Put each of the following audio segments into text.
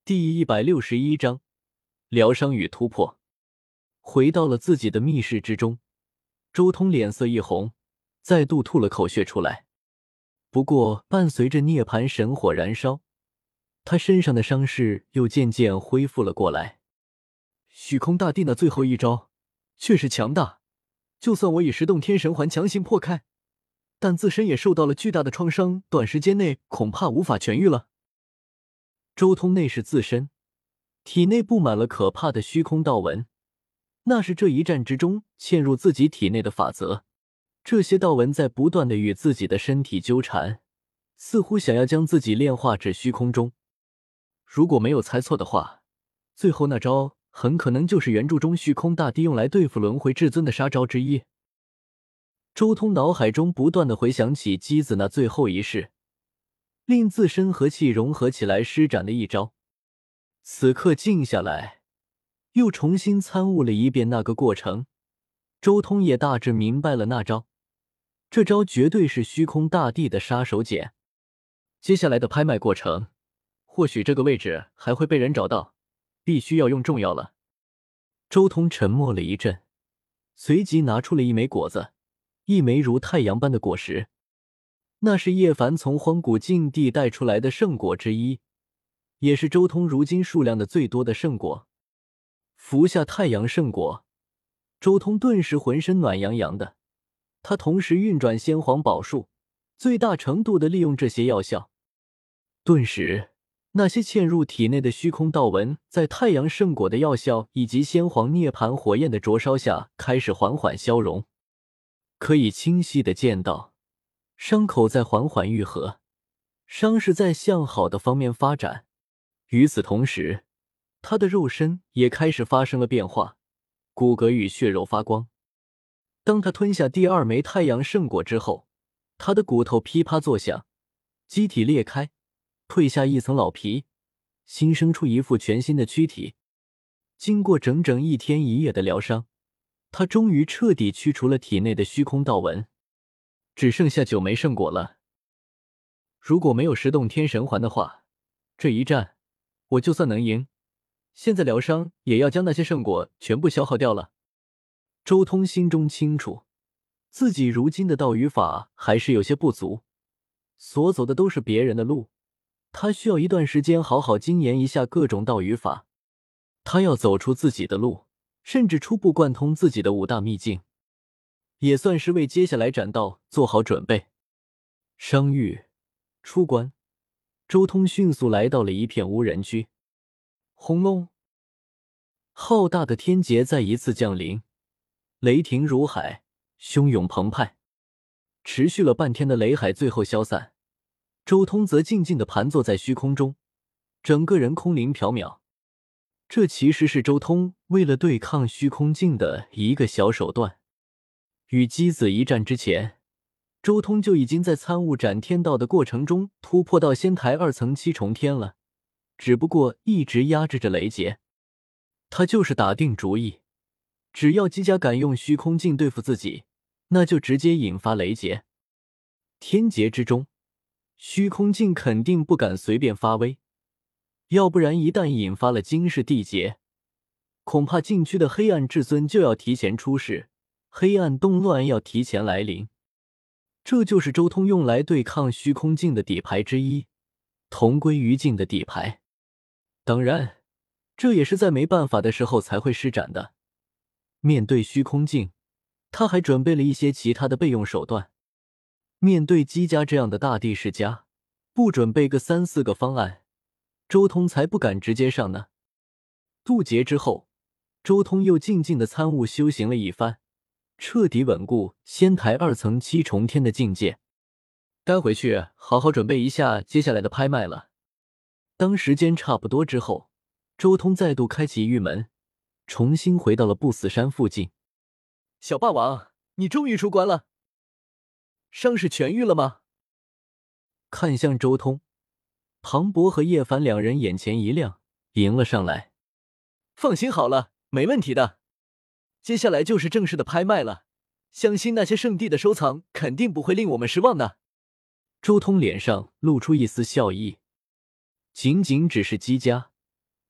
第161章疗伤与突破。回到了自己的密室之中，周通脸色一红，再度吐了口血出来。不过伴随着涅槃神火燃烧，他身上的伤势又渐渐恢复了过来。虚空大帝那最后一招确实强大，就算我以十洞天神环强行破开，但自身也受到了巨大的创伤，短时间内恐怕无法痊愈了。周通内视自身，体内布满了可怕的虚空道纹，那是这一战之中嵌入自己体内的法则。这些道纹在不断地与自己的身体纠缠，似乎想要将自己炼化至虚空中。如果没有猜错的话，最后那招很可能就是原著中虚空大帝用来对付轮回至尊的杀招之一。周通脑海中不断地回想起姬子那最后一式，令自身和气融合起来施展的一招。此刻静下来，又重新参悟了一遍那个过程，周通也大致明白了那招。这招绝对是虚空大帝的杀手锏。接下来的拍卖过程，或许这个位置还会被人找到，必须要用重要了。周通沉默了一阵，随即拿出了一枚果子，一枚如太阳般的果实。那是叶凡从荒古禁地带出来的圣果之一，也是周通如今数量的最多的圣果。服下太阳圣果，周通顿时浑身暖洋洋的。他同时运转先皇宝术，最大程度地利用这些药效。顿时，那些嵌入体内的虚空道纹，在太阳圣果的药效以及先皇涅槃火焰的灼烧下，开始缓缓消融。可以清晰地见到，伤口在缓缓愈合，伤势在向好的方面发展。与此同时，他的肉身也开始发生了变化，骨骼与血肉发光。当他吞下第二枚太阳圣果之后，他的骨头噼啪作响，机体裂开，褪下一层老皮，新生出一副全新的躯体。经过整整1天1夜的疗伤，他终于彻底驱除了体内的虚空道纹，只剩下9枚圣果了。如果没有十洞天神环的话，这一战我就算能赢，现在疗伤也要将那些圣果全部消耗掉了。周通心中清楚，自己如今的道语法还是有些不足，所走的都是别人的路，他需要一段时间好好精研一下各种道语法。他要走出自己的路，甚至初步贯通自己的5大秘境，也算是为接下来斩道做好准备。伤愈出关，周通迅速来到了一片无人区。轰隆！浩大的天劫再一次降临，雷霆如海，汹涌澎湃。持续了半天的雷海最后消散，周通则静静地盘坐在虚空中，整个人空灵缥缈。这其实是周通为了对抗虚空境的一个小手段。与姬子一战之前，周通就已经在参悟斩天道的过程中突破到仙台2层7重天了，只不过一直压制着雷劫。他就是打定主意，只要姬家敢用虚空境对付自己，那就直接引发雷劫。天劫之中，虚空境肯定不敢随便发威，要不然一旦引发了惊世地劫，恐怕禁区的黑暗至尊就要提前出世，黑暗动乱要提前来临。这就是周通用来对抗虚空境的底牌之一，同归于尽的底牌。当然，这也是在没办法的时候才会施展的。面对虚空境，他还准备了一些其他的备用手段。面对姬家这样的大帝世家，不准备个3、4个方案，周通才不敢直接上呢。渡劫之后，周通又静静地参悟修行了一番，彻底稳固仙台2层7重天的境界。该回去好好准备一下接下来的拍卖了。当时间差不多之后，周通再度开启玉门，重新回到了不死山附近。小霸王，你终于出关了，伤势痊愈了吗？看向周通，庞博和叶凡两人眼前一亮，迎了上来。放心好了，没问题的。接下来就是正式的拍卖了，相信那些圣地的收藏肯定不会令我们失望的。周通脸上露出一丝笑意。仅仅只是姬家，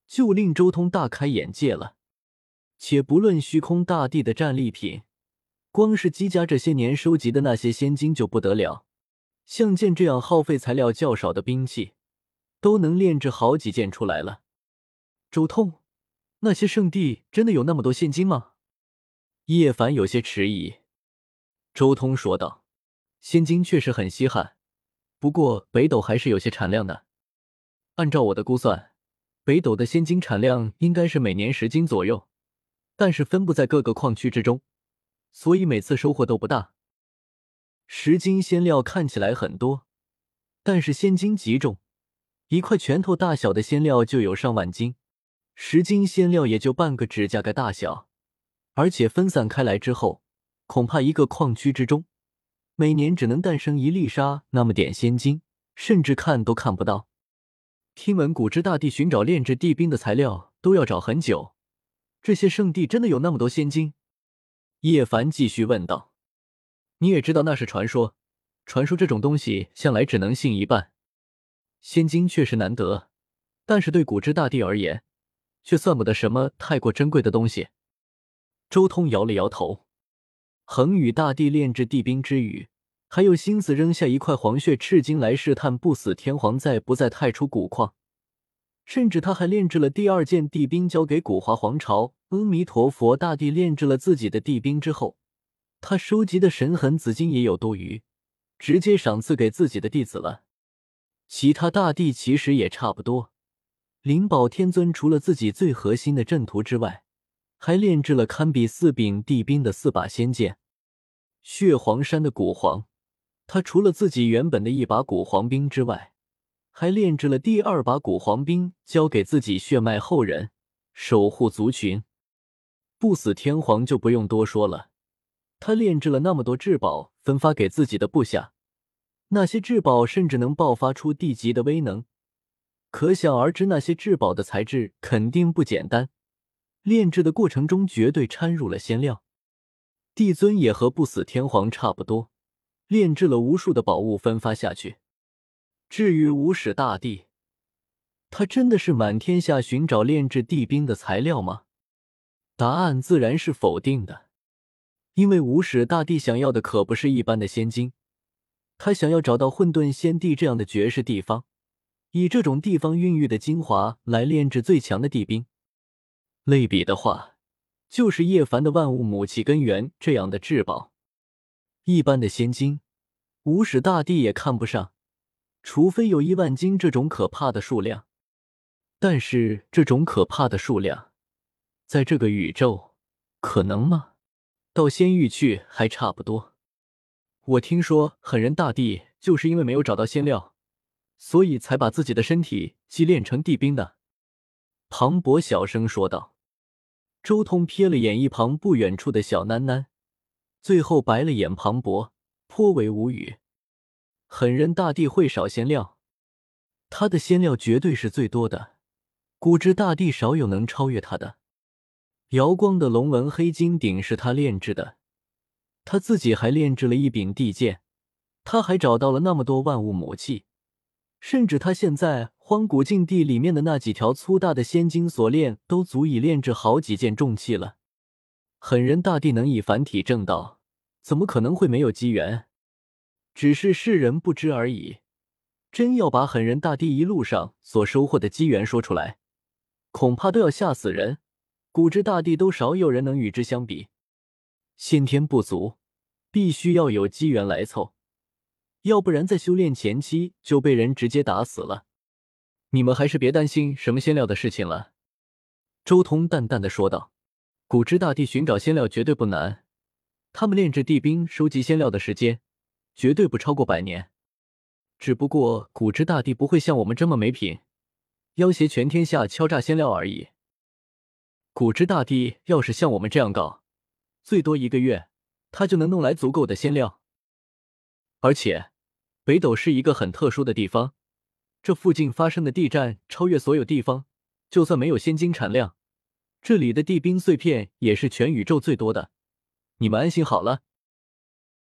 就令周通大开眼界了。且不论虚空大帝的战利品，光是姬家这些年收集的那些仙金就不得了，像剑这样耗费材料较少的兵器，都能炼制好几件出来了。周通，那些圣地真的有那么多现金吗？叶凡有些迟疑。周通说道：现金确实很稀罕，不过北斗还是有些产量的。按照我的估算，北斗的仙金产量应该是每年10斤左右，但是分布在各个矿区之中，所以每次收获都不大。10斤仙料看起来很多，但是仙金极重，一块拳头大小的仙料就有上万斤，10斤仙料也就半个指甲盖大小，而且分散开来之后，恐怕一个矿区之中每年只能诞生一粒沙那么点仙金，甚至看都看不到。听闻古之大帝寻找炼制地冰的材料都要找很久，这些圣地真的有那么多仙金？叶凡继续问道。你也知道那是传说，传说这种东西向来只能信一半。仙金确实难得，但是对古之大帝而言，却算不得什么太过珍贵的东西。周通摇了摇头。恒宇大帝炼制地冰之余，还有心思扔下一块黄血赤金来试探不死天皇在不在太初古矿，甚至他还炼制了第2件地冰交给古华皇朝。阿弥陀佛大帝炼制了自己的地冰之后，他收集的神痕紫金也有多余，直接赏赐给自己的弟子了。其他大帝其实也差不多，灵宝天尊除了自己最核心的阵图之外，还炼制了堪比4柄地冰的4把仙剑。血皇山的古皇，他除了自己原本的1把古皇冰之外，还炼制了第2把古皇冰交给自己血脉后人，守护族群。不死天皇就不用多说了，他炼制了那么多至宝分发给自己的部下，那些至宝甚至能爆发出地级的威能，可想而知那些至宝的材质肯定不简单，炼制的过程中绝对掺入了仙料。帝尊也和不死天皇差不多，炼制了无数的宝物分发下去。至于无始大帝，他真的是满天下寻找炼制地冰的材料吗？答案自然是否定的，因为无始大帝想要的可不是一般的仙金，他想要找到混沌仙地这样的绝世地方，以这种地方孕育的精华来炼制最强的地冰。类比的话，就是叶凡的万物母气根源这样的至宝。一般的仙金，无始大帝也看不上，除非有1万斤这种可怕的数量。但是这种可怕的数量，在这个宇宙，可能吗？到仙域去还差不多。我听说狠人大帝就是因为没有找到仙料，所以才把自己的身体祭炼成地冰的。庞博小声说道。周通瞥了眼一旁不远处的小囡囡，最后白了眼庞博，颇为无语。狠人大帝会少仙料，他的仙料绝对是最多的，古之大帝少有能超越他的。瑶光的龙纹黑金鼎是他炼制的，他自己还炼制了1柄地剑，他还找到了那么多万物母气，甚至他现在荒古禁地里面的那几条粗大的仙金锁链都足以炼制好几件重器了。狠人大帝能以凡体正道，怎么可能会没有机缘？只是世人不知而已。真要把狠人大帝一路上所收获的机缘说出来，恐怕都要吓死人。古之大帝都少有人能与之相比。先天不足，必须要有机缘来凑，要不然在修炼前期就被人直接打死了。你们还是别担心什么仙料的事情了。周通淡淡的说道。古之大帝寻找仙料绝对不难，他们炼制地冰收集仙料的时间绝对不超过100年。只不过古之大帝不会像我们这么没品，要挟全天下敲诈仙料而已。古之大帝要是像我们这样搞，最多1个月他就能弄来足够的仙料。而且北斗是一个很特殊的地方，这附近发生的地战超越所有地方，就算没有仙金产量，这里的地冰碎片也是全宇宙最多的。你们安心好了。